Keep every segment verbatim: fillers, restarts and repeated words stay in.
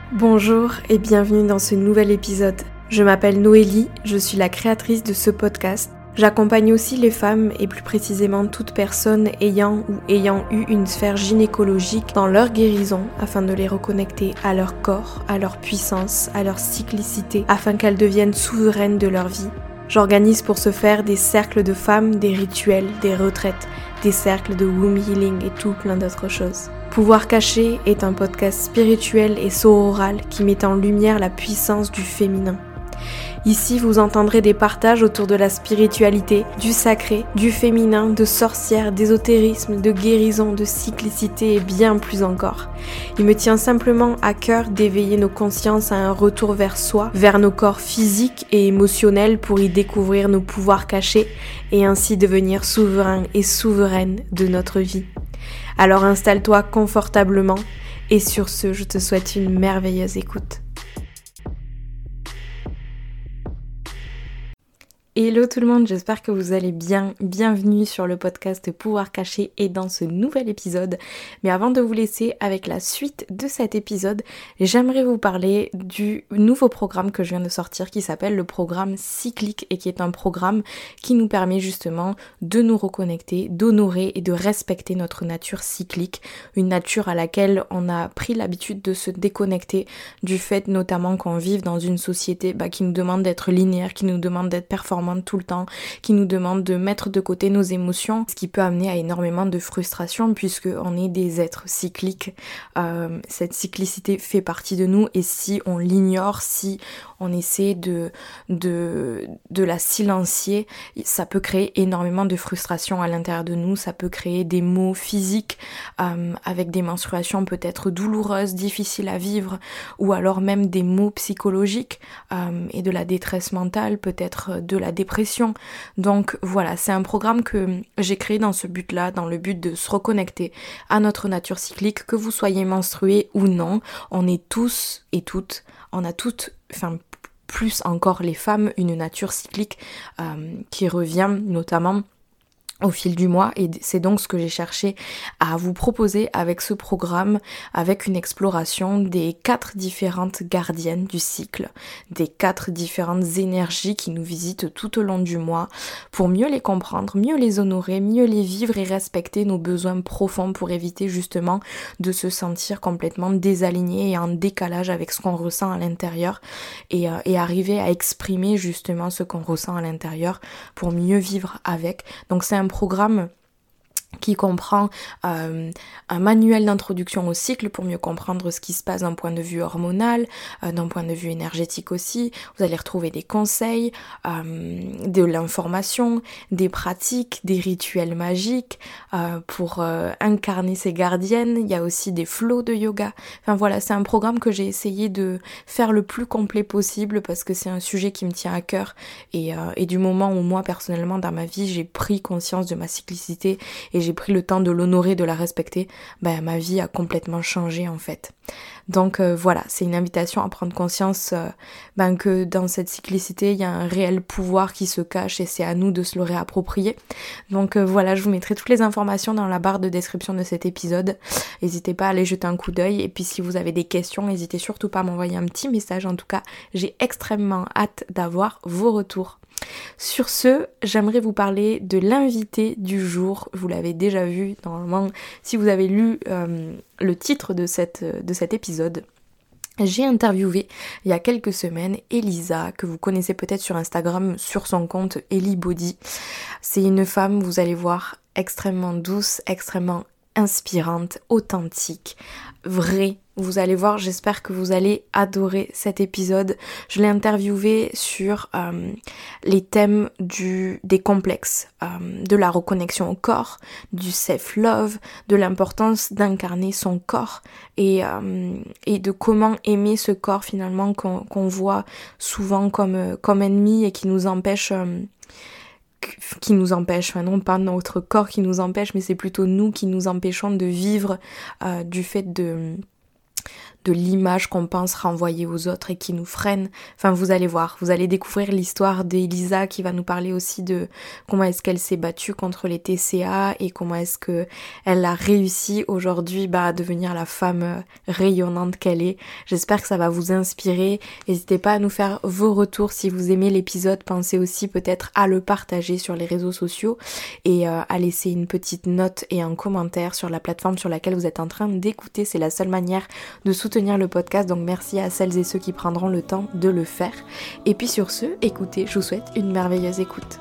Bonjour et bienvenue dans ce nouvel épisode. Je m'appelle Noélie, je suis la créatrice de ce podcast. J'accompagne aussi les femmes et plus précisément toute personne ayant ou ayant eu une sphère gynécologique dans leur guérison afin de les reconnecter à leur corps, à leur puissance, à leur cyclicité afin qu'elles deviennent souveraines de leur vie. J'organise pour ce faire des cercles de femmes, des rituels, des retraites, des cercles de womb healing et tout plein d'autres choses. Pouvoir caché est un podcast spirituel et sororal qui met en lumière la puissance du féminin. Ici, vous entendrez des partages autour de la spiritualité, du sacré, du féminin, de sorcières, d'ésotérisme, de guérison, de cyclicité et bien plus encore. Il me tient simplement à cœur d'éveiller nos consciences à un retour vers soi, vers nos corps physiques et émotionnels pour y découvrir nos pouvoirs cachés et ainsi devenir souverains et souveraines de notre vie. Alors installe-toi confortablement et sur ce, je te souhaite une merveilleuse écoute. Hello tout le monde, j'espère que vous allez bien. Bienvenue sur le podcast Pouvoir Caché et dans ce nouvel épisode. Mais avant de vous laisser avec la suite de cet épisode, j'aimerais vous parler du nouveau programme que je viens de sortir qui s'appelle le programme cyclique et qui est un programme qui nous permet justement de nous reconnecter, d'honorer et de respecter notre nature cyclique, une nature à laquelle on a pris l'habitude de se déconnecter du fait notamment qu'on vive dans une société bah, qui nous demande d'être linéaire, qui nous demande d'être performante tout le temps, qui nous demande de mettre de côté nos émotions, ce qui peut amener à énormément de frustration puisque on est des êtres cycliques. Euh, cette cyclicité fait partie de nous et si on l'ignore, si on essaie de, de, de la silencier, ça peut créer énormément de frustration à l'intérieur de nous, ça peut créer des maux physiques euh, avec des menstruations peut-être douloureuses, difficiles à vivre, ou alors même des maux psychologiques euh, et de la détresse mentale, peut-être de la dépression. Donc voilà, c'est un programme que j'ai créé dans ce but-là, dans le but de se reconnecter à notre nature cyclique, que vous soyez menstrués ou non, on est tous et toutes, on a toutes, enfin plus encore les femmes, une nature cyclique euh, qui revient notamment au fil du mois et c'est donc ce que j'ai cherché à vous proposer avec ce programme, avec une exploration des quatre différentes gardiennes du cycle, des quatre différentes énergies qui nous visitent tout au long du mois pour mieux les comprendre, mieux les honorer, mieux les vivre et respecter nos besoins profonds pour éviter justement de se sentir complètement désaligné et en décalage avec ce qu'on ressent à l'intérieur et, euh, et arriver à exprimer justement ce qu'on ressent à l'intérieur pour mieux vivre avec. Donc c'est un programme qui comprend euh, un manuel d'introduction au cycle pour mieux comprendre ce qui se passe d'un point de vue hormonal, euh, d'un point de vue énergétique aussi. Vous allez retrouver des conseils, euh, de l'information, des pratiques, des rituels magiques euh, pour euh, incarner ces gardiennes. Il y a aussi des flows de yoga. Enfin voilà, c'est un programme que j'ai essayé de faire le plus complet possible parce que c'est un sujet qui me tient à cœur et, euh, et du moment où moi personnellement dans ma vie j'ai pris conscience de ma cyclicité et j'ai pris le temps de l'honorer, de la respecter, ben, ma vie a complètement changé en fait. Donc euh, voilà, c'est une invitation à prendre conscience euh, ben, que dans cette cyclicité, il y a un réel pouvoir qui se cache et c'est à nous de se le réapproprier. Donc euh, voilà, je vous mettrai toutes les informations dans la barre de description de cet épisode. N'hésitez pas à aller jeter un coup d'œil et puis si vous avez des questions, n'hésitez surtout pas à m'envoyer un petit message. En tout cas, j'ai extrêmement hâte d'avoir vos retours. Sur ce, j'aimerais vous parler de l'invité du jour. Vous l'avez déjà vu, normalement, si vous avez lu euh, le titre de, cette, de cet épisode. J'ai interviewé il y a quelques semaines Elisa, que vous connaissez peut-être sur Instagram, sur son compte Elibody. C'est une femme, vous allez voir, extrêmement douce, extrêmement inspirante, authentique, vraie. Vous allez voir, j'espère que vous allez adorer cet épisode. Je l'ai interviewé sur euh, les thèmes du, des complexes, euh, de la reconnexion au corps, du self-love, de l'importance d'incarner son corps et, euh, et de comment aimer ce corps finalement qu'on, qu'on voit souvent comme, comme ennemi et qui nous empêche... Euh, qui nous empêche, enfin non pas notre corps qui nous empêche, mais c'est plutôt nous qui nous empêchons de vivre euh, du fait de... de l'image qu'on pense renvoyer aux autres et qui nous freine. Enfin, vous allez voir, vous allez découvrir l'histoire d'Elisa qui va nous parler aussi de comment est-ce qu'elle s'est battue contre les T C A et comment est-ce que elle a réussi aujourd'hui bah, à devenir la femme rayonnante qu'elle est. J'espère que ça va vous inspirer. N'hésitez pas à nous faire vos retours si vous aimez l'épisode. Pensez aussi peut-être à le partager sur les réseaux sociaux et euh, à laisser une petite note et un commentaire sur la plateforme sur laquelle vous êtes en train d'écouter. C'est la seule manière de soutenir le podcast. Donc merci à celles et ceux qui prendront le temps de le faire. Et puis sur ce, écoutez, je vous souhaite une merveilleuse écoute.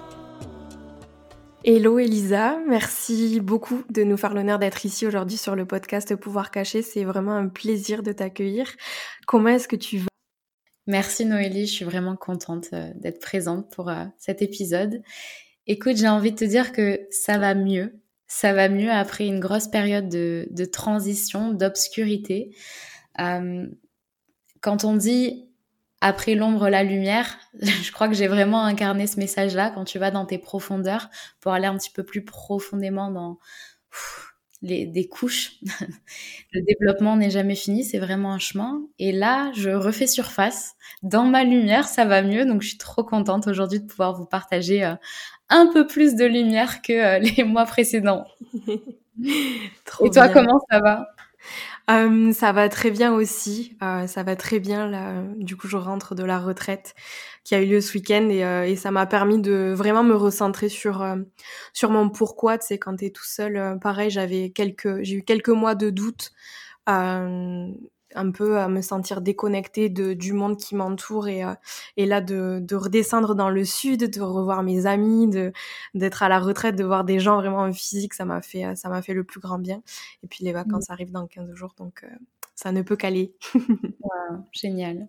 Hello Elisa, merci beaucoup de nous faire l'honneur d'être ici aujourd'hui sur le podcast Pouvoir Caché. C'est vraiment un plaisir de t'accueillir. Comment est-ce que tu vas ? Merci Noélie, je suis vraiment contente euh, d'être présente pour euh, cet épisode. Écoute, j'ai envie de te dire que ça va mieux. Ça va mieux après une grosse période de, de transition, d'obscurité. Euh, quand on dit après l'ombre, la lumière, je crois que j'ai vraiment incarné ce message-là quand tu vas dans tes profondeurs pour aller un petit peu plus profondément dans pff, les, des couches. Le développement n'est jamais fini, c'est vraiment un chemin. Et là, je refais surface. Dans ma lumière, ça va mieux. Donc, je suis trop contente aujourd'hui de pouvoir vous partager euh, un peu plus de lumière que euh, les mois précédents. Trop Et toi, bien. comment ça va ? Euh, ça va très bien aussi, euh, ça va très bien là. Du coup, je rentre de la retraite qui a eu lieu ce week-end et, euh, et ça m'a permis de vraiment me recentrer sur euh, sur mon pourquoi. Tu sais, quand t'es tout seul, euh, pareil, j'avais quelques, j'ai eu quelques mois de doute, euh, un peu à me sentir déconnectée de du monde qui m'entoure et euh, et là de de redescendre dans le sud, de revoir mes amis, de d'être à la retraite, de voir des gens vraiment en physique, ça m'a fait ça m'a fait le plus grand bien. Et puis les vacances arrivent dans quinze jours, donc euh, ça ne peut qu'aller. Wow, génial.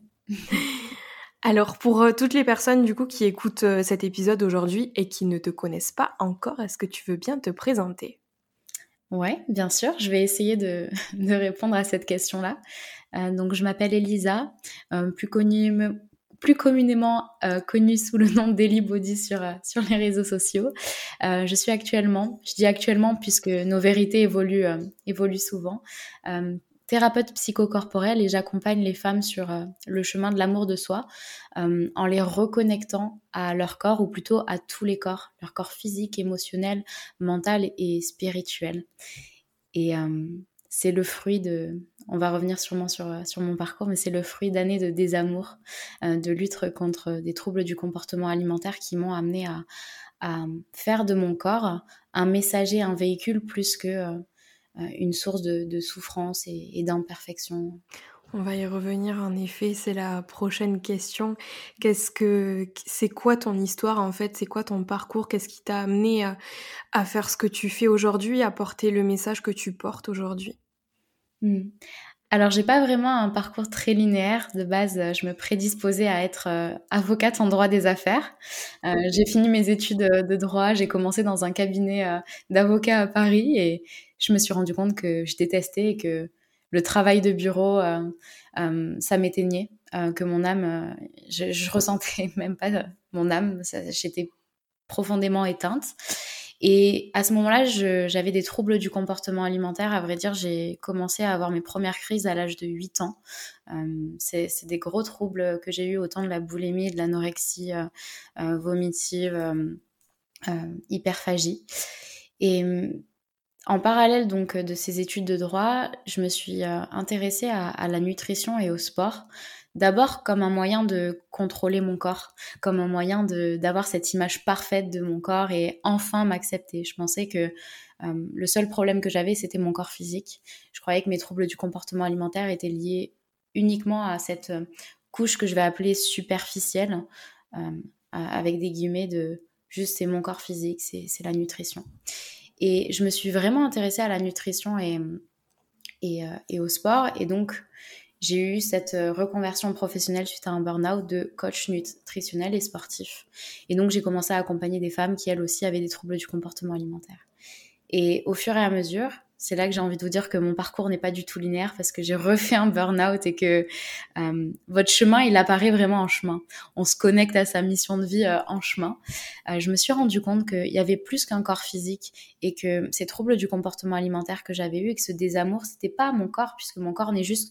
Alors pour euh, toutes les personnes du coup qui écoutent euh, cet épisode aujourd'hui et qui ne te connaissent pas encore, est-ce que tu veux bien te présenter ? Ouais, bien sûr, je vais essayer de, de répondre à cette question-là. Euh, donc, je m'appelle Elisa, euh, plus connue, plus communément euh, connue sous le nom d'Eli Body sur, euh, sur les réseaux sociaux. Euh, je suis actuellement, je dis actuellement puisque nos vérités évoluent, euh, évoluent souvent, euh, thérapeute psychocorporelle et j'accompagne les femmes sur euh, le chemin de l'amour de soi euh, en les reconnectant à leur corps ou plutôt à tous les corps, leur corps physique, émotionnel, mental et spirituel. Et euh, c'est le fruit de... On va revenir sûrement sur, sur mon parcours, mais c'est le fruit d'années de désamour, euh, de lutte contre des troubles du comportement alimentaire qui m'ont amené à, à faire de mon corps un messager, un véhicule plus que euh, une source de, de souffrance et, et d'imperfection. On va y revenir en effet, c'est la prochaine question. Qu'est-ce que c'est quoi ton histoire en fait ? C'est quoi ton parcours ? Qu'est-ce qui t'a amené à, à faire ce que tu fais aujourd'hui, à porter le message que tu portes aujourd'hui ? Hmm. Alors, j'ai pas vraiment un parcours très linéaire. De base, je me prédisposais à être euh, avocate en droit des affaires. Euh, j'ai fini mes études de droit, j'ai commencé dans un cabinet euh, d'avocats à Paris et je me suis rendu compte que je détestais et que le travail de bureau, euh, euh, ça m'éteignait, euh, que mon âme, euh, je, je ressentais même pas mon âme, ça, j'étais profondément éteinte. Et à ce moment-là, je, j'avais des troubles du comportement alimentaire. À vrai dire, j'ai commencé à avoir mes premières crises à l'âge de huit ans. Euh, c'est, c'est des gros troubles que j'ai eu, autant de la boulimie, de l'anorexie euh, euh, vomitive, euh, euh, hyperphagie. Et en parallèle donc de ces études de droit, je me suis euh, intéressée à, à la nutrition et au sport. D'abord comme un moyen de contrôler mon corps, comme un moyen de, d'avoir cette image parfaite de mon corps et enfin m'accepter. Je pensais que euh, le seul problème que j'avais, c'était mon corps physique. Je croyais que mes troubles du comportement alimentaire étaient liés uniquement à cette euh, couche que je vais appeler superficielle, euh, avec des guillemets de juste c'est mon corps physique, c'est, c'est la nutrition. Et je me suis vraiment intéressée à la nutrition et, et, euh, et au sport. Et donc, j'ai eu cette reconversion professionnelle suite à un burn-out de coach nutritionnel et sportif. Et donc, j'ai commencé à accompagner des femmes qui, elles aussi, avaient des troubles du comportement alimentaire. Et au fur et à mesure, c'est là que j'ai envie de vous dire que mon parcours n'est pas du tout linéaire parce que j'ai refait un burn-out et que euh, votre chemin, il apparaît vraiment en chemin. On se connecte à sa mission de vie euh, en chemin. Euh, je me suis rendu compte qu'il y avait plus qu'un corps physique et que ces troubles du comportement alimentaire que j'avais eu et que ce désamour, c'était pas mon corps puisque mon corps n'est juste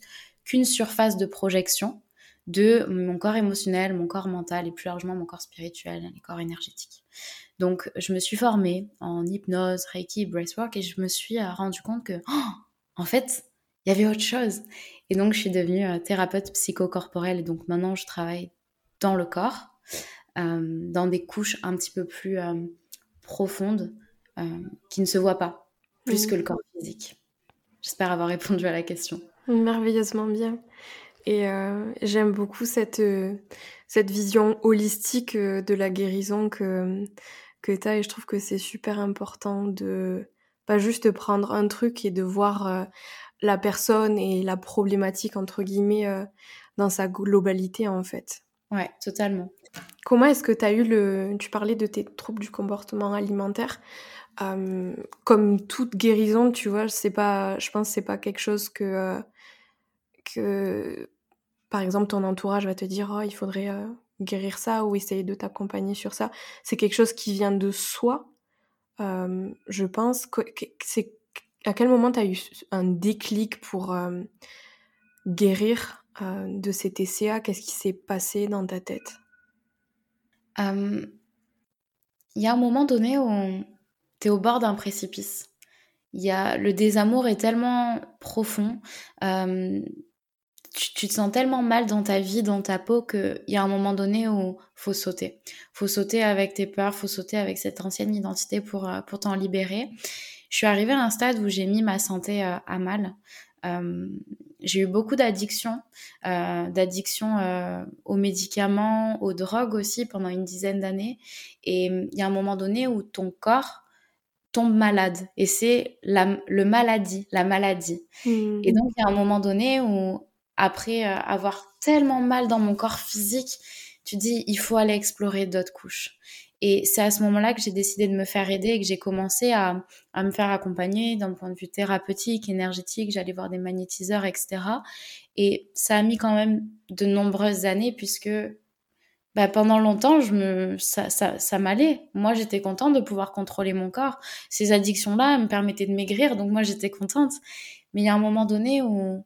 qu'une surface de projection de mon corps émotionnel, mon corps mental et plus largement mon corps spirituel, les corps énergétiques. Donc, je me suis formée en hypnose, Reiki, breathwork et je me suis euh, rendu compte que, oh, en fait, il y avait autre chose. Et donc, je suis devenue euh, thérapeute psychocorporelle et donc maintenant, je travaille dans le corps, euh, dans des couches un petit peu plus euh, profondes euh, qui ne se voient pas, plus Mmh. que le corps physique. J'espère avoir répondu à la question. Merveilleusement bien. Et euh, j'aime beaucoup cette, euh, cette vision holistique euh, de la guérison que, que tu as et je trouve que c'est super important de pas juste prendre un truc et de voir euh, la personne et la problématique entre guillemets euh, dans sa globalité en fait. Ouais, totalement. Comment est-ce que tu as eu le... Tu parlais de tes troubles du comportement alimentaire. Euh, comme toute guérison, tu vois, c'est pas, je pense que c'est pas quelque chose que... euh, que par exemple, ton entourage va te dire oh, il faudrait euh, guérir ça ou essayer de t'accompagner sur ça. C'est quelque chose qui vient de soi. Euh, je pense que, que c'est à quel moment tu as eu un déclic pour euh, guérir euh, de ces T C A? Qu'est-ce qui s'est passé dans ta tête? Euh, Il y a un moment donné où tu es au bord d'un précipice. Il y a, le désamour est tellement profond. Euh, Tu, tu te sens tellement mal dans ta vie, dans ta peau, qu'il y a un moment donné où faut sauter. Faut sauter avec tes peurs, faut sauter avec cette ancienne identité pour, euh, pour t'en libérer. Je suis arrivée à un stade où j'ai mis ma santé euh, à mal. Euh, j'ai eu beaucoup d'addictions, euh, d'addictions euh, aux médicaments, aux drogues aussi pendant une dizaine d'années. Et il y a un moment donné où ton corps tombe malade. Et c'est la, le maladie, la maladie. Mmh. Et donc, il y a un moment donné où, après euh, avoir tellement mal dans mon corps physique, tu dis, il faut aller explorer d'autres couches. Et c'est à ce moment-là que j'ai décidé de me faire aider et que j'ai commencé à, à me faire accompagner d'un point de vue thérapeutique, énergétique. J'allais voir des magnétiseurs, et cetera. Et ça a mis quand même de nombreuses années puisque bah, pendant longtemps, je me, ça, ça, ça m'allait. Moi, j'étais contente de pouvoir contrôler mon corps. Ces addictions-là me permettaient de maigrir, donc moi, j'étais contente. Mais il y a un moment donné où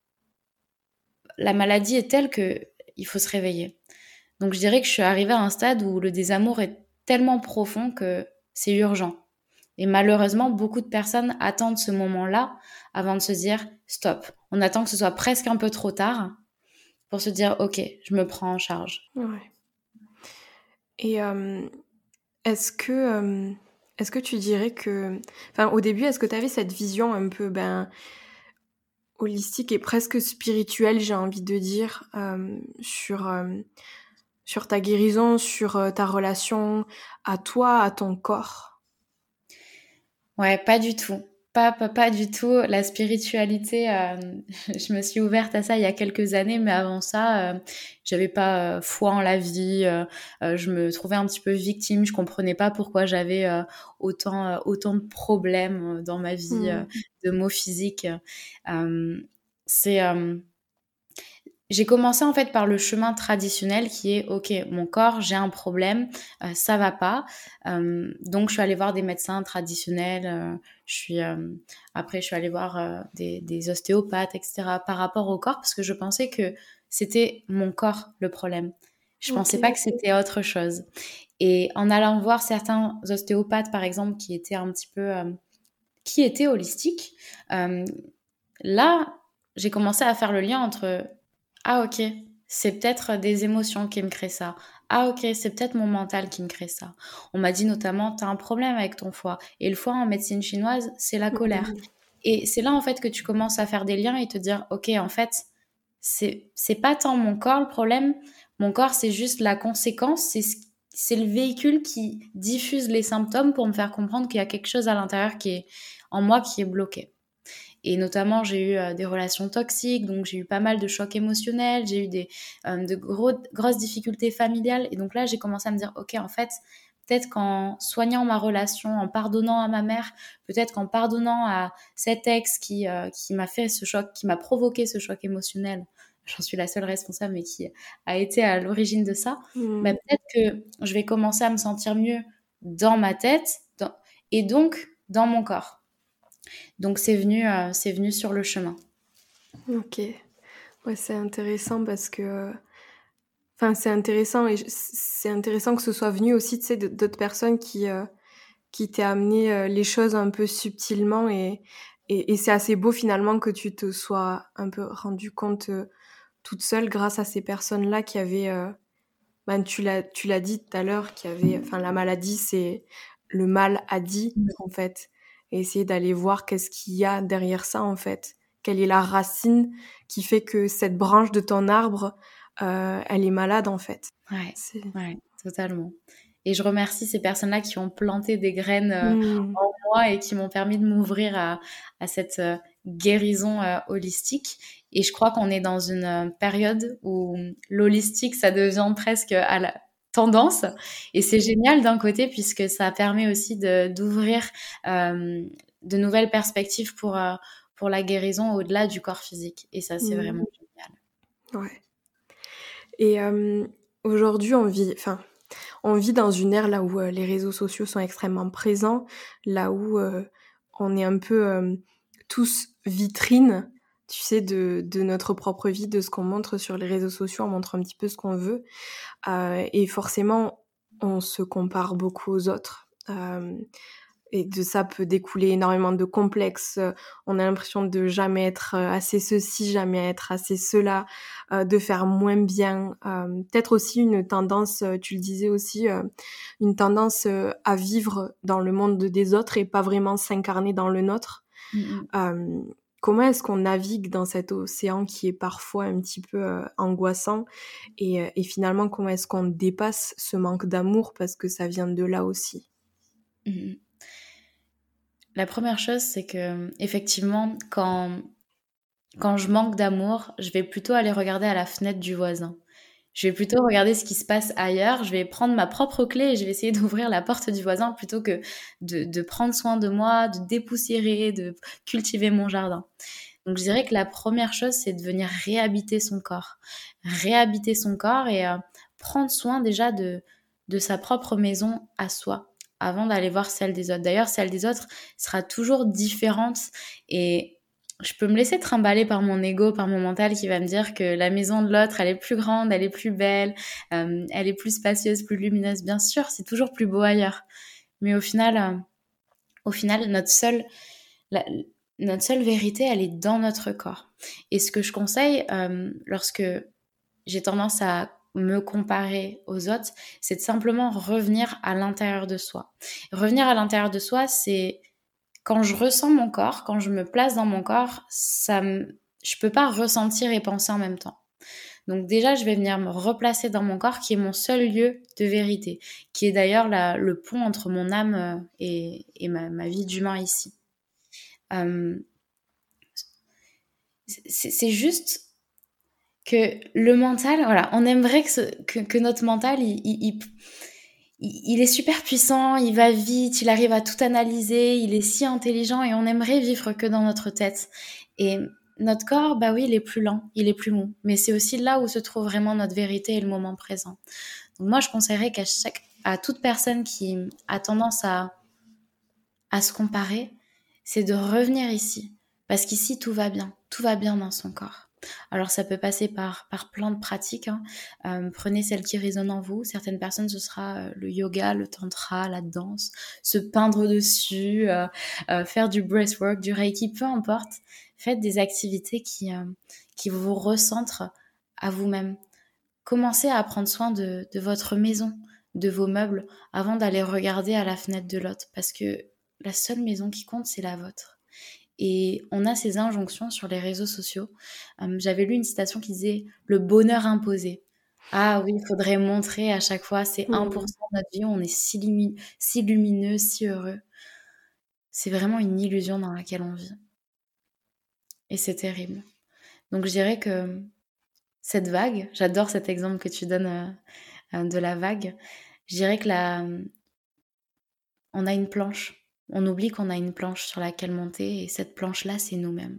la maladie est telle que il faut se réveiller. Donc, je dirais que je suis arrivée à un stade où le désamour est tellement profond que c'est urgent. Et malheureusement, beaucoup de personnes attendent ce moment-là avant de se dire stop. On attend que ce soit presque un peu trop tard pour se dire ok, je me prends en charge. Ouais. Et euh, est-ce que euh, est-ce que tu dirais que, enfin, au début, est-ce que tu avais cette vision un peu ben holistique et presque spirituelle, j'ai envie de dire, euh, sur euh, sur ta guérison, sur euh, ta relation à toi, à ton corps? Ouais, pas du tout. Pas, pas, pas du tout. La spiritualité, euh, je me suis ouverte à ça il y a quelques années, mais avant ça, euh, j'avais pas euh, foi en la vie. Euh, euh, je me trouvais un petit peu victime. Je comprenais pas pourquoi j'avais euh, autant, euh, autant de problèmes euh, dans ma vie, euh, Mmh. de maux physiques. Euh, c'est euh, J'ai commencé en fait par le chemin traditionnel qui est ok, mon corps, j'ai un problème, euh, ça va pas. Euh, donc je suis allée voir des médecins traditionnels. Euh, je suis euh, après je suis allée voir euh, des, des ostéopathes, et cetera. Par rapport au corps parce que je pensais que c'était mon corps le problème. Je pensais Ok. pas que c'était autre chose. Et en allant voir certains ostéopathes par exemple qui étaient un petit peu euh, qui étaient holistiques, euh, là j'ai commencé à faire le lien entre ah ok, c'est peut-être des émotions qui me créent ça. Ah ok, c'est peut-être mon mental qui me crée ça. On m'a dit notamment, t'as un problème avec ton foie. Et le foie en médecine chinoise, c'est la colère. Mmh. Et c'est là en fait que tu commences à faire des liens et te dire, ok, en fait, c'est c'est pas tant mon corps le problème. Mon corps, c'est juste la conséquence. C'est ce- c'est le véhicule qui diffuse les symptômes pour me faire comprendre qu'il y a quelque chose à l'intérieur qui est en moi qui est bloqué. Et notamment, j'ai eu euh, des relations toxiques, donc j'ai eu pas mal de chocs émotionnels, j'ai eu des, euh, de gros, grosses difficultés familiales. Et donc là, j'ai commencé à me dire, ok, en fait, peut-être qu'en soignant ma relation, en pardonnant à ma mère, peut-être qu'en pardonnant à cet ex qui, euh, qui m'a fait ce choc, qui m'a provoqué ce choc émotionnel, j'en suis la seule responsable, mais qui a été à l'origine de ça, bah, Mmh. peut-être que je vais commencer à me sentir mieux dans ma tête dans, et donc dans mon corps. Donc c'est venu, euh, c'est venu sur le chemin. Ok. Ouais, c'est intéressant parce que, enfin, c'est intéressant et c'est intéressant que ce soit venu aussi, tu sais, d'autres personnes qui, euh, qui t'aient amené euh, les choses un peu subtilement et, et, et c'est assez beau finalement que tu te sois un peu rendu compte euh, toute seule grâce à ces personnes-là qui avaient, euh, ben, tu l'as, tu l'as dit tout à l'heure, qui avaient, enfin, la maladie, c'est le mal a dit, en fait, et essayer d'aller voir qu'est-ce qu'il y a derrière ça, en fait. Quelle est la racine qui fait que cette branche de ton arbre, euh, elle est malade, en fait. Ouais, C'est... ouais, totalement. Et je remercie ces personnes-là qui ont planté des graines euh, Mmh. en moi et qui m'ont permis de m'ouvrir à, à cette euh, guérison euh, holistique. Et je crois qu'on est dans une euh, période où l'holistique, ça devient presque à la tendance. Et c'est génial d'un côté puisque ça permet aussi de, d'ouvrir euh, de nouvelles perspectives pour, euh, pour la guérison au-delà du corps physique. Et ça, c'est Mmh. vraiment génial. Ouais. Et euh, aujourd'hui, on vit, enfin, on vit dans une ère là où euh, les réseaux sociaux sont extrêmement présents, là où euh, on est un peu euh, tous vitrines, tu sais, de, de notre propre vie, de ce qu'on montre sur les réseaux sociaux, on montre un petit peu ce qu'on veut. Euh, et forcément, on se compare beaucoup aux autres. Euh, et de ça peut découler énormément de complexes. Euh, On a l'impression de jamais être euh, assez ceci, jamais être assez cela, euh, de faire moins bien. Euh, peut-être aussi une tendance, euh, tu le disais aussi, euh, une tendance euh, à vivre dans le monde des autres et pas vraiment s'incarner dans le nôtre. Mm, Euh, comment est-ce qu'on navigue dans cet océan qui est parfois un petit peu euh, angoissant et, euh, et finalement comment est-ce qu'on dépasse ce manque d'amour parce que ça vient de là aussi. mm, mm. La première chose, c'est que effectivement, quand, quand je manque d'amour, je vais plutôt aller regarder à la fenêtre du voisin. Je vais plutôt regarder ce qui se passe ailleurs. Je vais prendre ma propre clé et je vais essayer d'ouvrir la porte du voisin plutôt que de, de prendre soin de moi, de dépoussiérer, de cultiver mon jardin. Donc je dirais que la première chose, c'est de venir réhabiter son corps. Réhabiter son corps et euh, prendre soin déjà de, de sa propre maison à soi avant d'aller voir celle des autres. D'ailleurs, celle des autres sera toujours différente et je peux me laisser trimballer par mon ego, par mon mental qui va me dire que la maison de l'autre, elle est plus grande, elle est plus belle, euh, elle est plus spacieuse, plus lumineuse. Bien sûr, c'est toujours plus beau ailleurs. Mais au final, euh, au final, notre seule, la- notre seule vérité, elle est dans notre corps. Et ce que je conseille, euh, lorsque j'ai tendance à me comparer aux autres, c'est de simplement revenir à l'intérieur de soi. Revenir à l'intérieur de soi, c'est quand je ressens mon corps, quand je me place dans mon corps, ça me... je peux pas ressentir et penser en même temps. Donc déjà, je vais venir me replacer dans mon corps, qui est mon seul lieu de vérité, qui est d'ailleurs la- le pont entre mon âme euh, et, et ma, ma vie d'humain ici. Euh, c'est c'est juste que le mental, voilà, on aimerait que, ce- que, que notre mental, il, il, il- il est super puissant, il va vite, il arrive à tout analyser, il est si intelligent et on aimerait vivre que dans notre tête. Et notre corps, bah oui, il est plus lent, il est plus mou. Mais c'est aussi là où se trouve vraiment notre vérité et le moment présent. Donc moi, je conseillerais qu'à chaque, à toute personne qui a tendance à, à se comparer, c'est de revenir ici. Parce qu'ici, tout va bien. Tout va bien dans son corps. Alors, ça peut passer par, par plein de pratiques. Hein. Euh, prenez celle qui résonne en vous. Certaines personnes, ce sera euh, le yoga, le tantra, la danse, se peindre dessus, euh, euh, faire du breathwork, du reiki, peu importe. Faites des activités qui, euh, qui vous recentrent à vous-même. Commencez à prendre soin de, de votre maison, de vos meubles, avant d'aller regarder à la fenêtre de l'autre. Parce que la seule maison qui compte, c'est la vôtre. Et on a ces injonctions sur les réseaux sociaux. Euh, j'avais lu une citation qui disait « le bonheur imposé ». Ah oui, il faudrait montrer à chaque fois, c'est un pour Mmh. cent de notre vie, on est si, lumi- si lumineux, si heureux. C'est vraiment une illusion dans laquelle on vit. Et c'est terrible. Donc je dirais que cette vague, j'adore cet exemple que tu donnes euh, euh, de la vague, je dirais que la, on a une planche. On oublie qu'on a une planche sur laquelle monter et cette planche-là, c'est nous-mêmes.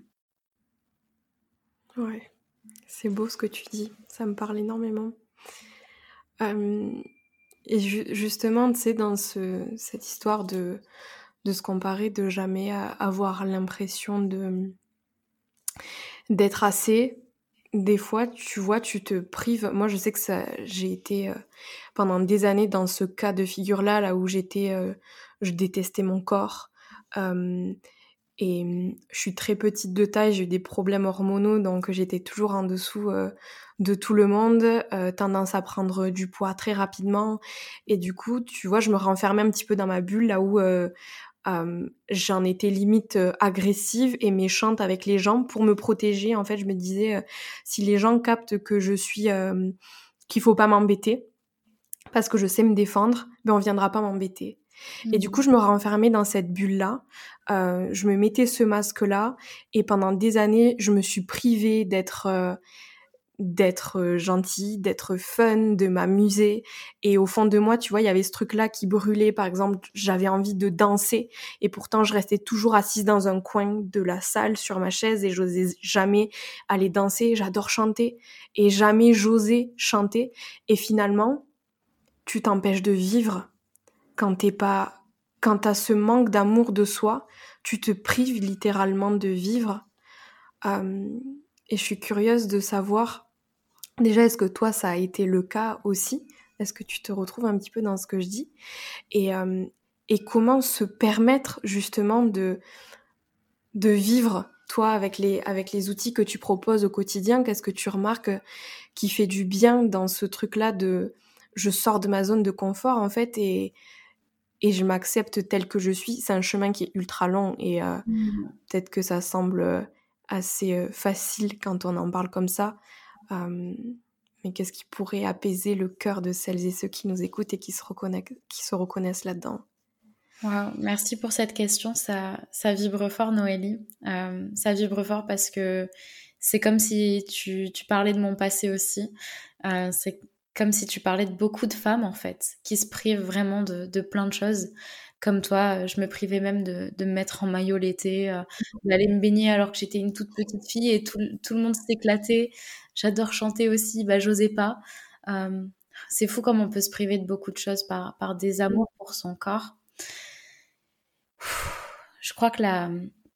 Ouais, c'est beau ce que tu dis, ça me parle énormément. Euh, et ju- justement, tu sais, dans ce, cette histoire de, de se comparer, de jamais euh, avoir l'impression de d'être assez, des fois, tu vois, tu te prives. Moi, je sais que ça, j'ai été euh, pendant des années dans ce cas de figure-là, là où j'étais, euh, je détestais mon corps. Euh, et hum, je suis très petite de taille, j'ai eu des problèmes hormonaux, donc j'étais toujours en dessous euh, de tout le monde, euh, tendance à prendre du poids très rapidement. Et du coup, tu vois, je me renfermais un petit peu dans ma bulle, là où euh, euh, j'en étais limite euh, agressive et méchante avec les gens pour me protéger. En fait, je me disais, euh, si les gens captent que je suis, euh, qu'il faut pas m'embêter, parce que je sais me défendre, ben on viendra pas m'embêter. Et du coup, Mmh. je me renfermais dans cette bulle-là. Euh, je me mettais ce masque-là, et pendant des années, je me suis privée d'être euh, d'être euh, gentille, d'être fun, de m'amuser. Et au fond de moi, tu vois, il y avait ce truc-là qui brûlait. Par exemple, j'avais envie de danser, et pourtant, je restais toujours assise dans un coin de la salle sur ma chaise et j'osais jamais aller danser. J'adore chanter et jamais j'osais chanter. Et finalement, tu t'empêches de vivre quand t'es pas, quand t'as ce manque d'amour de soi, tu te prives littéralement de vivre. Euh, et je suis curieuse de savoir, déjà, est-ce que toi, ça a été le cas aussi? Est-ce que tu te retrouves un petit peu dans ce que je dis? Et, euh, et comment se permettre justement de, de vivre, toi, avec les, avec les outils que tu proposes au quotidien? Qu'est-ce que tu remarques qui fait du bien dans ce truc-là de je sors de ma zone de confort, en fait, et, et je m'accepte telle que je suis? C'est un chemin qui est ultra long, et euh, Mmh. peut-être que ça semble euh, assez euh, facile quand on en parle comme ça. Euh, mais qu'est-ce qui pourrait apaiser le cœur de celles et ceux qui nous écoutent et qui se reconnaissent, qui se reconnaissent là-dedans? Waouh, merci pour cette question. Ça, ça vibre fort, Noélie. Euh, ça vibre fort parce que c'est comme si tu, tu parlais de mon passé aussi. Euh, c'est comme si tu parlais de beaucoup de femmes, en fait, qui se privent vraiment de, de plein de choses. Comme toi, euh, je me privais même de, de me mettre en maillot l'été, euh, d'aller me baigner alors que j'étais une toute petite fille et tout, tout le monde s'éclatait. J'adore chanter aussi, bah, j'osais pas. Euh, c'est fou comme on peut se priver de beaucoup de choses par, par des amours pour son corps. Je crois que la,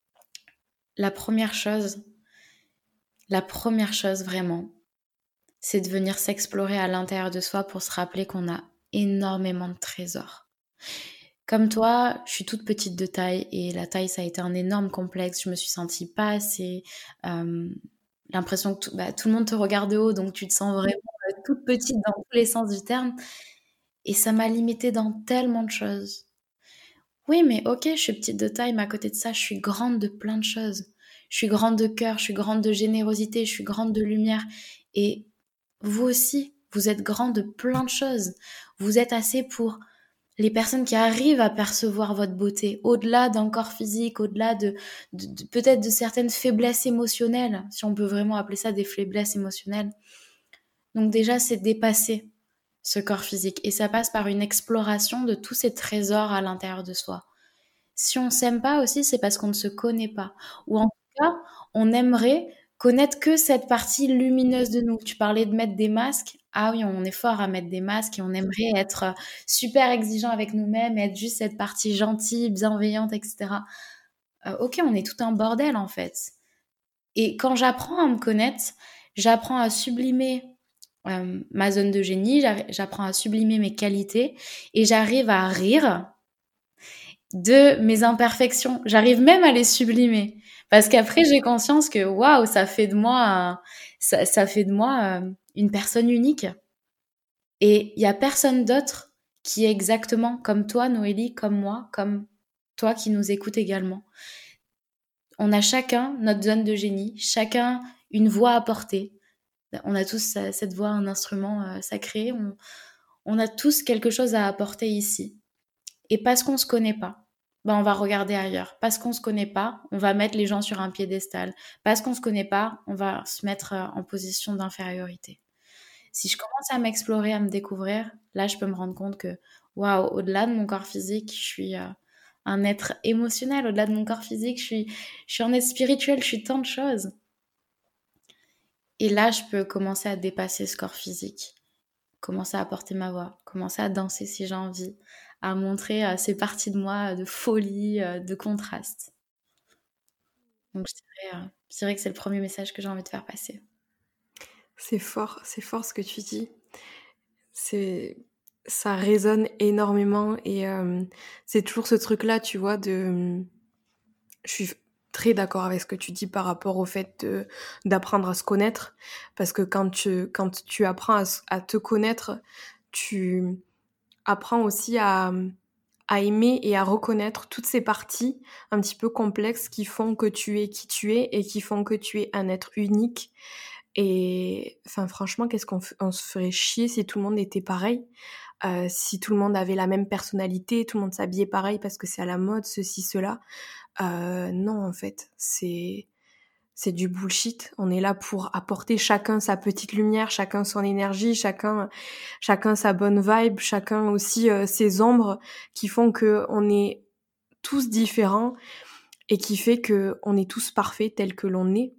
la première chose, la première chose vraiment, c'est de venir s'explorer à l'intérieur de soi pour se rappeler qu'on a énormément de trésors. Comme toi, je suis toute petite de taille et la taille, ça a été un énorme complexe. Je me suis sentie pas assez. euh, L'impression que tout, bah, tout le monde te regarde de haut, donc tu te sens vraiment euh, toute petite dans tous les sens du terme. Et ça m'a limitée dans tellement de choses. Oui, mais ok, je suis petite de taille, mais à côté de ça, je suis grande de plein de choses. Je suis grande de cœur, je suis grande de générosité, je suis grande de lumière. Et vous aussi, vous êtes grande de plein de choses. Vous êtes assez pour les personnes qui arrivent à percevoir votre beauté, au-delà d'un corps physique, au-delà de, de- de- peut-être de certaines faiblesses émotionnelles, si on peut vraiment appeler ça des faiblesses émotionnelles. Donc déjà, c'est dépasser ce corps physique. Et ça passe par une exploration de tous ces trésors à l'intérieur de soi. Si on s'aime pas aussi, c'est parce qu'on ne se connaît pas. Ou en tout cas, on aimerait connaître que cette partie lumineuse de nous. Tu parlais de mettre des masques. Ah oui, on est fort à mettre des masques et on aimerait être euh, super exigeant avec nous-mêmes, être juste cette partie gentille, bienveillante, et cetera. Euh, ok, on est tout un bordel en fait. Et quand j'apprends à me connaître, j'apprends à sublimer euh, ma zone de génie, j'arri- j'apprends à sublimer mes qualités et j'arrive à rire de mes imperfections. J'arrive même à les sublimer. Parce qu'après, j'ai conscience que waouh, ça fait de moi, un- ça, ça fait de moi euh, une personne unique. Et il y a personne d'autre qui est exactement comme toi, Noélie, comme moi, comme toi qui nous écoutes également. On a chacun notre zone de génie, chacun une voix à porter. On a tous euh, cette voix, un instrument euh, sacré. On, on a tous quelque chose à apporter ici. Et parce qu'on se connaît pas, ben on va regarder ailleurs. Parce qu'on se connaît pas, on va mettre les gens sur un piédestal. Parce qu'on se connaît pas, on va se mettre euh, en position d'infériorité. Si je commence à m'explorer, à me découvrir, là, je peux me rendre compte que, waouh, au-delà de mon corps physique, je suis euh, un être émotionnel. Au-delà de mon corps physique, je suis, je suis un être spirituel. Je suis tant de choses. Et là, je peux commencer à dépasser ce corps physique, commencer à porter ma voix, commencer à danser si j'ai envie, à montrer euh, ces parties de moi euh, de folie, euh, de contraste. Donc je dirais, euh, je dirais que c'est le premier message que j'ai envie de faire passer. C'est fort, c'est fort ce que tu dis. C'est, ça résonne énormément et euh, c'est toujours ce truc-là, tu vois, de... Je suis très d'accord avec ce que tu dis par rapport au fait de, d'apprendre à se connaître, parce que quand tu, quand tu apprends à, à te connaître, tu apprends aussi à, à aimer et à reconnaître toutes ces parties un petit peu complexes qui font que tu es qui tu es et qui font que tu es un être unique. Et enfin, franchement, qu'est-ce qu'on f- on se ferait chier si tout le monde était pareil, euh, si tout le monde avait la même personnalité, tout le monde s'habillait pareil parce que c'est à la mode, ceci, cela. Euh, non, en fait, c'est c'est du bullshit. On est là pour apporter chacun sa petite lumière, chacun son énergie, chacun chacun sa bonne vibe, chacun aussi euh, ses ombres qui font que on est tous différents et qui fait que on est tous parfaits tels que l'on est,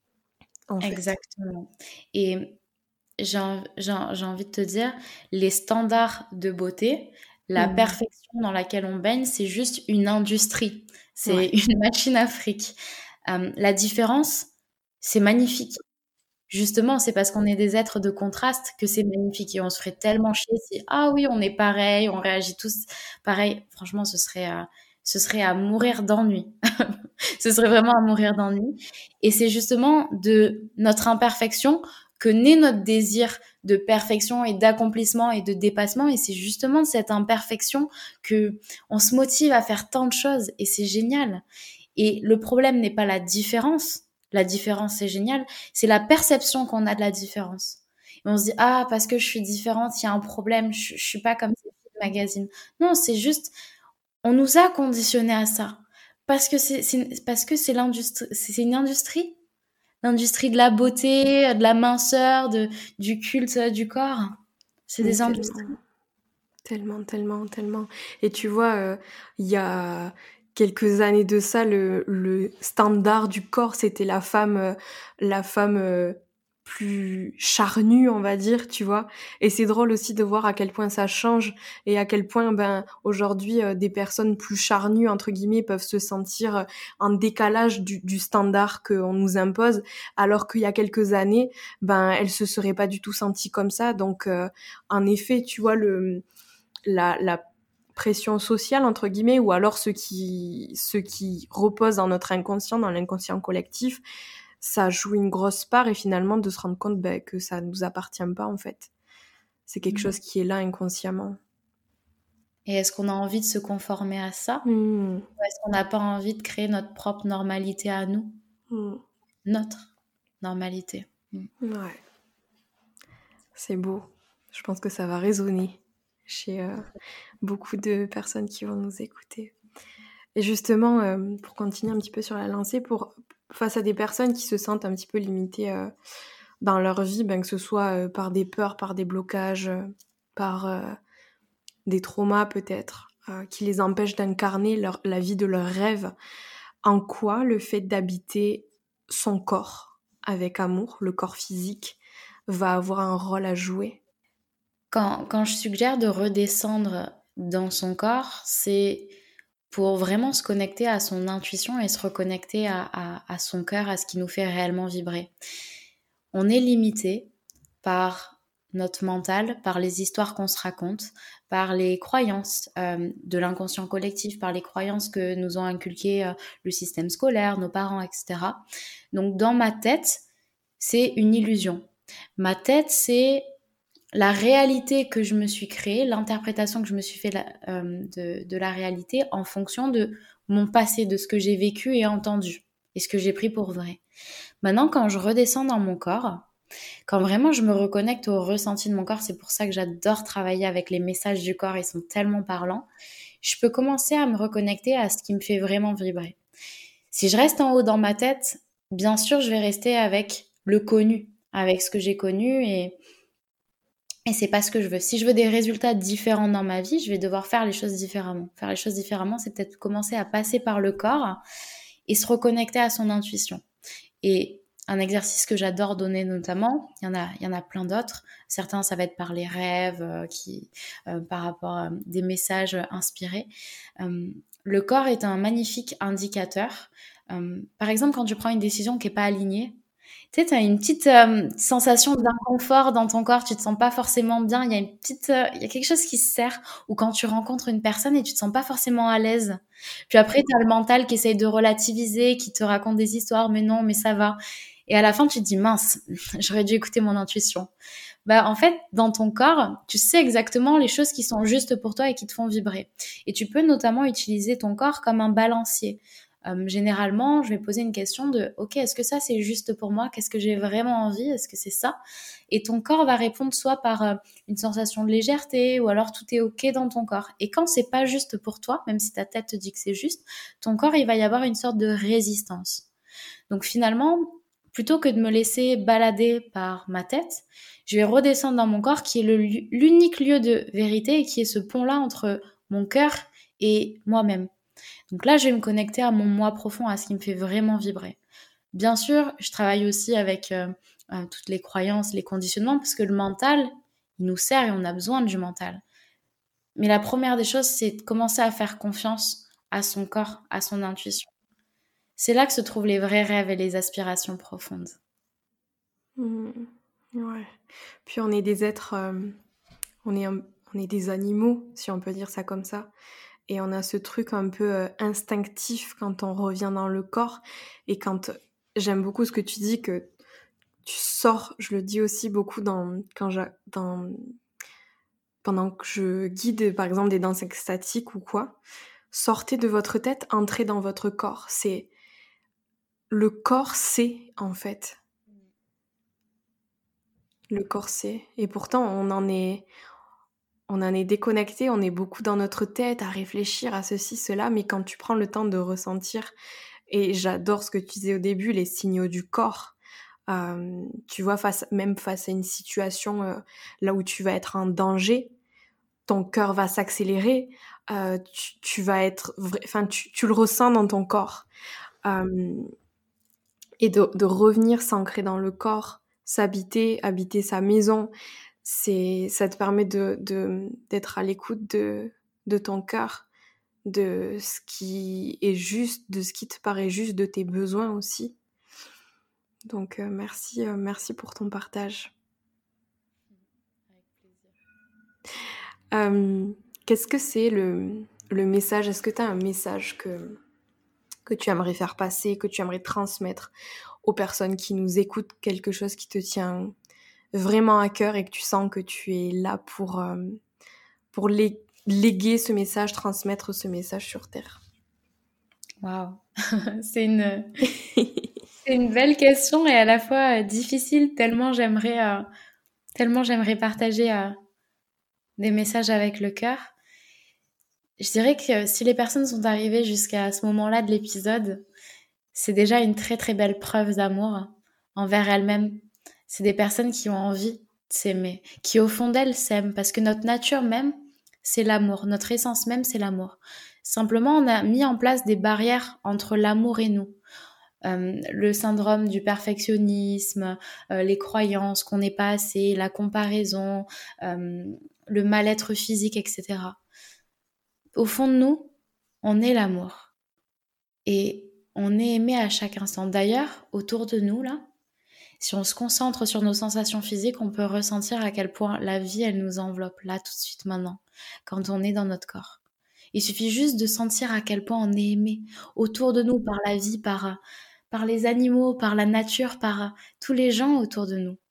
en fait. Exactement. Et j'ai en- j'ai en- j'ai envie de te dire, les standards de beauté, la Mm. perfection dans laquelle on baigne, c'est juste une industrie. C'est Ouais, une machine à fric. Euh, la différence, c'est magnifique. Justement, c'est parce qu'on est des êtres de contraste que c'est magnifique et on se ferait tellement chier si, ah oui, on est pareil, on réagit tous pareil. Franchement, ce serait, euh, ce serait à mourir d'ennui. Ce serait vraiment à mourir d'ennui. Et c'est justement de notre imperfection que naît notre désir de perfection et d'accomplissement et de dépassement. Et c'est justement de cette imperfection que on se motive à faire tant de choses et c'est génial. Et le problème n'est pas la différence. La différence, c'est génial. C'est la perception qu'on a de la différence. Et on se dit, ah, parce que je suis différente, il y a un problème, je, je suis pas comme ces filles de magazine. Non, c'est juste, on nous a conditionnés à ça. Parce que c'est, c'est- parce que c'est l'industrie, c'est c'est une industrie. L'industrie de la beauté, de la minceur, de, du culte du corps. C'est mais des tellement, industries. tellement, tellement, tellement. Et tu vois, euh, il y a quelques années de ça, le, le standard du corps, c'était la femme, euh, la femme euh, plus charnue, on va dire, tu vois. Et c'est drôle aussi de voir à quel point ça change et à quel point, ben, aujourd'hui, euh, des personnes plus charnues, entre guillemets, peuvent se sentir euh, en décalage du, du standard qu'on nous impose, alors qu'il y a quelques années, ben, elles se seraient pas du tout senties comme ça. Donc, euh, en effet, tu vois, le la, la pression sociale, entre guillemets, ou alors ce qui, ce qui repose dans notre inconscient, dans l'inconscient collectif, ça joue une grosse part et finalement de se rendre compte ben, que ça nous appartient pas en fait. C'est quelque chose qui est là inconsciemment. Et est-ce qu'on a envie de se conformer à ça? Mmh. Ou est-ce qu'on n'a pas envie de créer notre propre normalité à nous? Mmh. Notre normalité. Mm. Ouais, c'est beau. Je pense que ça va résonner chez euh, beaucoup de personnes qui vont nous écouter. Et justement, euh, pour continuer un petit peu sur la lancée, pour face à des personnes qui se sentent un petit peu limitées euh, dans leur vie, ben, que ce soit euh, par des peurs, par des blocages, euh, par euh, des traumas peut-être, euh, qui les empêchent d'incarner leur, la vie de leurs rêves, en quoi le fait d'habiter son corps avec amour, le corps physique, va avoir un rôle à jouer? Quand, quand je suggère de redescendre dans son corps, c'est pour vraiment se connecter à son intuition et se reconnecter à, à, à son cœur, à ce qui nous fait réellement vibrer. On est limité par notre mental, par les histoires qu'on se raconte, par les croyances euh, de l'inconscient collectif, par les croyances que nous ont inculquées euh, le système scolaire, nos parents, et cetera. Donc dans ma tête, c'est une illusion. Ma tête, c'est la réalité que je me suis créée, l'interprétation que je me suis fait la, euh, de, de la réalité en fonction de mon passé, de ce que j'ai vécu et entendu, et ce que j'ai pris pour vrai. Maintenant, quand je redescends dans mon corps, quand vraiment je me reconnecte au ressenti de mon corps, c'est pour ça que j'adore travailler avec les messages du corps, ils sont tellement parlants, je peux commencer à me reconnecter à ce qui me fait vraiment vibrer. Si je reste en haut dans ma tête, bien sûr, je vais rester avec le connu, avec ce que j'ai connu et et c'est pas ce que je veux. Si je veux des résultats différents dans ma vie, je vais devoir faire les choses différemment. Faire les choses différemment, c'est peut-être commencer à passer par le corps et se reconnecter à son intuition. Et un exercice que j'adore donner notamment, il y en a, il y en a plein d'autres. Certains, ça va être par les rêves, euh, qui, euh, par rapport à des messages inspirés. Euh, le corps est un magnifique indicateur. Euh, par exemple, quand tu prends une décision qui n'est pas alignée, Tu sais, tu as une petite euh, sensation d'inconfort dans ton corps, tu te sens pas forcément bien, il y a une petite, euh, il y a quelque chose qui se serre, ou quand tu rencontres une personne et tu te sens pas forcément à l'aise. Puis après, tu as le mental qui essaye de relativiser, qui te raconte des histoires, mais non, mais ça va. Et à la fin, tu te dis, mince, j'aurais dû écouter mon intuition. Bah, en fait, dans ton corps, tu sais exactement les choses qui sont justes pour toi et qui te font vibrer. Et tu peux notamment utiliser ton corps comme un balancier. Euh, généralement, je vais poser une question de, ok, est-ce que ça c'est juste pour moi? Qu'est-ce que j'ai vraiment envie? Est-ce que c'est ça? Et ton corps va répondre soit par euh, une sensation de légèreté, ou alors tout est ok dans ton corps. Et quand c'est pas juste pour toi, même si ta tête te dit que c'est juste, ton corps il va y avoir une sorte de résistance. Donc finalement, plutôt que de me laisser balader par ma tête, je vais redescendre dans mon corps qui est le, l'unique lieu de vérité et qui est ce pont-là entre mon cœur et moi-même. Donc là, je vais me connecter à mon moi profond, à ce qui me fait vraiment vibrer. Bien sûr, je travaille aussi avec euh, euh, toutes les croyances, les conditionnements, parce que le mental, il nous sert et on a besoin du mental. Mais la première des choses, c'est de commencer à faire confiance à son corps, à son intuition. C'est là que se trouvent les vrais rêves et les aspirations profondes. Mmh. Ouais. Puis on est des êtres, euh, on est, un- on est des animaux, si on peut dire ça comme ça. Et on a ce truc un peu euh, instinctif quand on revient dans le corps. Et quand j'aime beaucoup ce que tu dis, que tu sors, je le dis aussi beaucoup dans, quand j'a- dans, pendant que je guide par exemple des danses extatiques ou quoi. Sortez de votre tête, entrez dans votre corps. C'est le corps, c'est en fait. Le corps, c'est. Et pourtant, on en est, on en est déconnecté, on est beaucoup dans notre tête à réfléchir à ceci, cela, mais quand tu prends le temps de ressentir, et j'adore ce que tu disais au début, les signaux du corps, euh, tu vois, face, même face à une situation euh, là où tu vas être en danger, ton cœur va s'accélérer, euh, tu, tu vas être, enfin, tu, tu le ressens dans ton corps. Euh, et de, de revenir s'ancrer dans le corps, s'habiter, habiter sa maison, c'est, ça te permet de, de, d'être à l'écoute de, de ton cœur, de ce qui est juste, de ce qui te paraît juste, de tes besoins aussi. Donc euh, merci, euh, merci pour ton partage. Avec plaisir. Euh, qu'est-ce que c'est le, le message? Est-ce que tu as un message que, que tu aimerais faire passer, que tu aimerais transmettre aux personnes qui nous écoutent, quelque chose qui te tient vraiment à cœur et que tu sens que tu es là pour, euh, pour lé- léguer ce message, transmettre ce message sur Terre? Waouh, c'est une, c'est une belle question et à la fois euh, difficile, tellement j'aimerais, euh, tellement j'aimerais partager euh, des messages avec le cœur. Je dirais que si les personnes sont arrivées jusqu'à ce moment-là de l'épisode, c'est déjà une très très belle preuve d'amour envers elles-mêmes. C'est des personnes qui ont envie de s'aimer, qui au fond d'elles s'aiment, parce que notre nature même, c'est l'amour. Notre essence même, c'est l'amour. Simplement, on a mis en place des barrières entre l'amour et nous. Euh, le syndrome du perfectionnisme, euh, les croyances qu'on n'est pas assez, la comparaison, euh, le mal-être physique, et cetera. Au fond de nous, on est l'amour. Et on est aimé à chaque instant. D'ailleurs, autour de nous, là, si on se concentre sur nos sensations physiques, on peut ressentir à quel point la vie, elle nous enveloppe, là, tout de suite, maintenant, quand on est dans notre corps. Il suffit juste de sentir à quel point on est aimé autour de nous, par la vie, par, par les animaux, par la nature, par tous les gens autour de nous.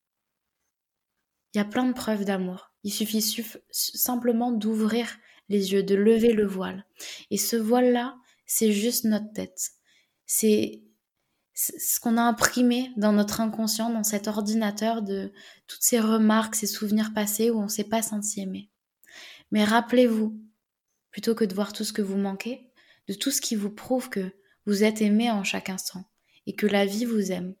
Il y a plein de preuves d'amour. Il suffit suff- simplement d'ouvrir les yeux, de lever le voile. Et ce voile-là, c'est juste notre tête. C'est ce qu'on a imprimé dans notre inconscient, dans cet ordinateur de toutes ces remarques, ces souvenirs passés où on ne s'est pas senti aimé. Mais rappelez-vous, plutôt que de voir tout ce que vous manquez, de tout ce qui vous prouve que vous êtes aimé en chaque instant et que la vie vous aime.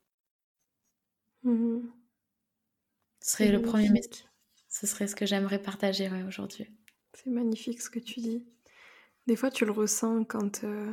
Mmh. Ce C'est serait le premier message. magnifique. Ce serait ce que j'aimerais partager ouais, aujourd'hui. C'est magnifique ce que tu dis. Des fois, tu le ressens quand euh,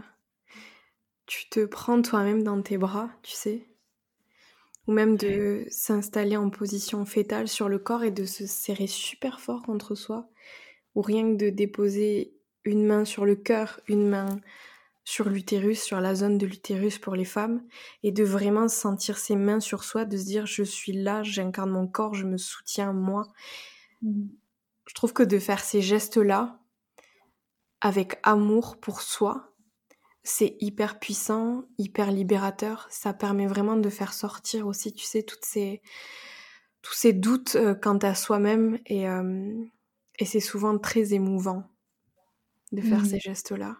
tu te prends toi-même dans tes bras, tu sais. Ou même de s'installer en position fétale sur le corps et de se serrer super fort contre soi. Ou rien que de déposer une main sur le cœur, une main sur l'utérus, sur la zone de l'utérus pour les femmes, et de vraiment sentir ses mains sur soi, de se dire je suis là, j'incarne mon corps, je me soutiens moi. Mmh. Je trouve que de faire ces gestes-là, avec amour pour soi, c'est hyper puissant, hyper libérateur. Ça permet vraiment de faire sortir aussi, tu sais, toutes ces, tous ces doutes euh, quant à soi-même. Et, euh, et c'est souvent très émouvant de faire Mmh. ces gestes-là.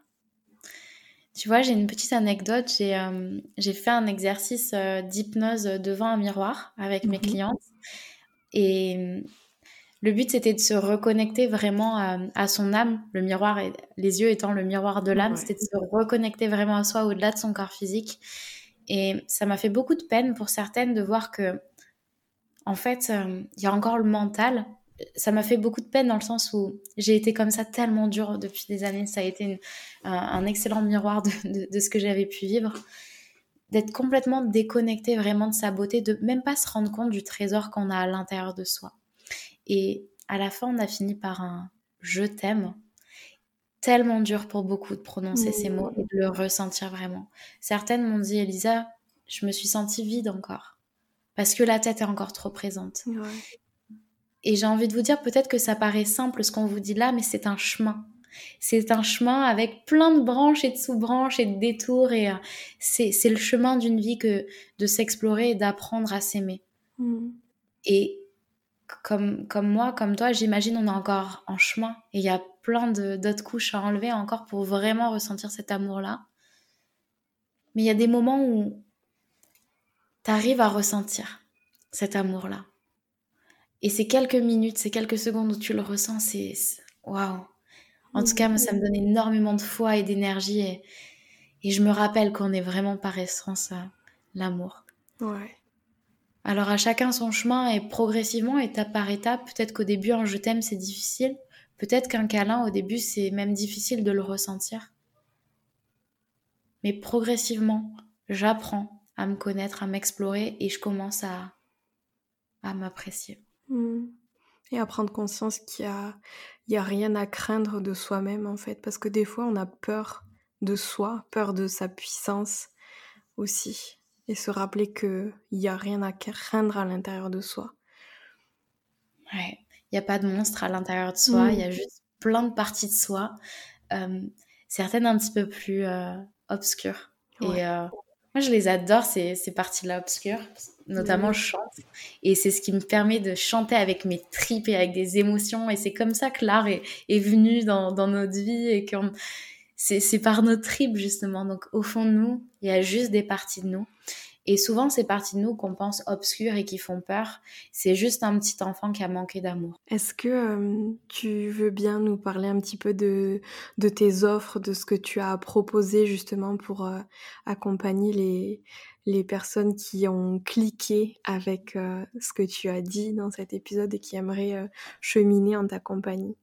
Tu vois, j'ai une petite anecdote. J'ai, euh, j'ai fait un exercice euh, d'hypnose devant un miroir avec mes Mhm. clientes. Et euh, le but, c'était de se reconnecter vraiment à, à son âme. Le miroir, et, les yeux étant le miroir de l'âme, Ouais. c'était de se reconnecter vraiment à soi au-delà de son corps physique. Et ça m'a fait beaucoup de peine pour certaines de voir que, en fait, euh, il y a encore le mental. Ça m'a fait beaucoup de peine dans le sens où j'ai été comme ça tellement dure depuis des années. Ça a été une, un, un excellent miroir de, de, de ce que j'avais pu vivre. D'être complètement déconnecté vraiment de sa beauté, de même pas se rendre compte du trésor qu'on a à l'intérieur de soi. Et à la fin, on a fini par un « je t'aime » tellement dur pour beaucoup de prononcer Mmh. ces mots et de le ressentir vraiment. Certaines m'ont dit « Elisa, je me suis sentie vide encore parce que la tête est encore trop présente. » Ouais. Et j'ai envie de vous dire, peut-être que ça paraît simple ce qu'on vous dit là, mais c'est un chemin. C'est un chemin avec plein de branches et de sous-branches et de détours. Et euh, c'est, c'est le chemin d'une vie que de s'explorer et d'apprendre à s'aimer. Mmh. Et comme, comme moi, comme toi, j'imagine on est encore en chemin. Et il y a plein de, d'autres couches à enlever encore pour vraiment ressentir cet amour-là. Mais il y a des moments où tu arrives à ressentir cet amour-là. Et ces quelques minutes, ces quelques secondes où tu le ressens, c'est... Waouh! En tout cas, moi, ça me donne énormément de foi et d'énergie. Et, et je me rappelle qu'on est vraiment par essence euh, l'amour. Ouais. Alors, à chacun son chemin et progressivement, étape par étape. Peut-être qu'au début, un je t'aime, c'est difficile. Peut-être qu'un câlin, au début, c'est même difficile de le ressentir. Mais progressivement, j'apprends à me connaître, à m'explorer et je commence à, à m'apprécier. Mmh. Et à prendre conscience qu'il y a, il y a rien à craindre de soi-même, en fait. Parce que des fois, on a peur de soi, peur de sa puissance aussi. Et se rappeler qu'il n'y a rien à craindre à l'intérieur de soi. Ouais, il n'y a pas de monstre à l'intérieur de soi, il Mmh. y a juste plein de parties de soi, euh, certaines un petit peu plus euh, obscures. Ouais. Et euh, moi, je les adore, ces, ces parties-là obscures, notamment Oui. je chante. Et c'est ce qui me permet de chanter avec mes tripes et avec des émotions. Et c'est comme ça que l'art est, est venu dans, dans notre vie et qu'on... C'est, c'est par nos tripes, justement. Donc, au fond de nous, il y a juste des parties de nous. Et souvent, ces parties de nous qu'on pense obscures et qui font peur, c'est juste un petit enfant qui a manqué d'amour. Est-ce que euh, tu veux bien nous parler un petit peu de, de tes offres, de ce que tu as proposé justement pour euh, accompagner les, les personnes qui ont cliqué avec euh, ce que tu as dit dans cet épisode et qui aimeraient euh, cheminer en ta compagnie?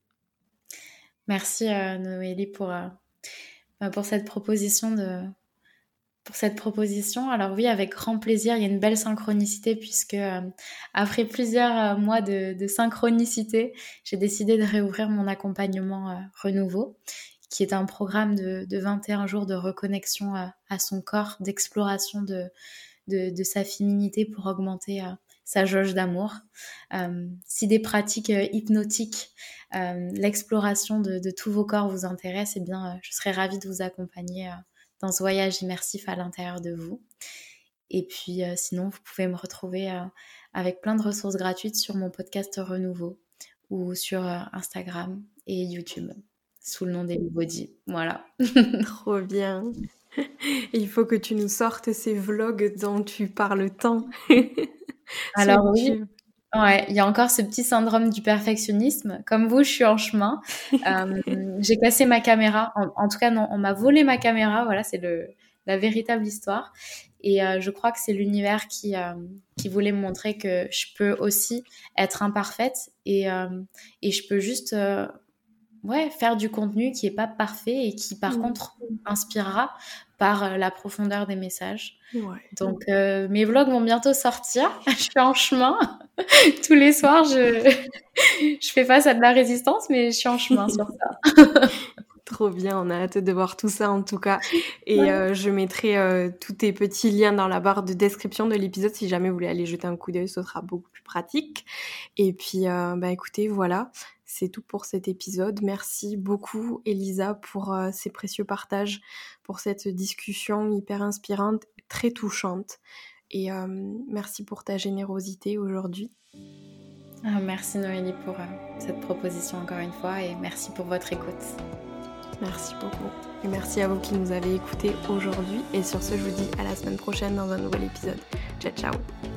Merci euh, Noélie pour, euh, pour cette proposition de... pour cette proposition. Alors oui, avec grand plaisir, il y a une belle synchronicité puisque euh, après plusieurs euh, mois de, de synchronicité, j'ai décidé de réouvrir mon accompagnement euh, Renouveau, qui est un programme de, de vingt et un jours de reconnexion euh, à son corps, d'exploration de, de, de sa féminité pour augmenter euh, sa jauge d'amour. Euh, si des pratiques euh, hypnotiques, euh, l'exploration de, de tous vos corps vous intéresse, eh bien, euh, je serais ravie de vous accompagner euh, dans ce voyage immersif à l'intérieur de vous. Et puis euh, sinon, vous pouvez me retrouver euh, avec plein de ressources gratuites sur mon podcast Renouveau ou sur euh, Instagram et YouTube sous le nom d'Ellie Body. Voilà. Trop bien. Il faut que tu nous sortes ces vlogs dont tu parles tant. Alors oui, ouais, il y a encore ce petit syndrome du perfectionnisme. Comme vous, je suis en chemin. Euh, j'ai cassé ma caméra. En, en tout cas, non, on m'a volé ma caméra. Voilà, c'est le, la véritable histoire. Et euh, je crois que c'est l'univers qui, euh, qui voulait me montrer que je peux aussi être imparfaite et, euh, et je peux juste euh, ouais, faire du contenu qui n'est pas parfait et qui, par mmh. contre, inspirera par euh, la profondeur des messages. Ouais. Donc, euh, mes vlogs vont bientôt sortir. Je suis en chemin. Tous les soirs, je... je fais face à de la résistance, mais je suis en chemin sur ça. Trop bien, on a hâte de voir tout ça en tout cas. Et ouais. euh, je mettrai euh, tous tes petits liens dans la barre de description de l'épisode si jamais vous voulez aller jeter un coup d'œil, ce sera beaucoup plus pratique. Et puis, euh, bah écoutez, voilà, c'est tout pour cet épisode. Merci beaucoup Elisa pour euh, ces précieux partages, pour cette discussion hyper inspirante, très touchante. Et euh, merci pour ta générosité aujourd'hui. Ah, merci Noélie pour euh, cette proposition encore une fois et merci pour votre écoute. Merci beaucoup. Et merci à vous qui nous avez écoutés aujourd'hui. Et sur ce, je vous dis à la semaine prochaine dans un nouvel épisode. Ciao, ciao.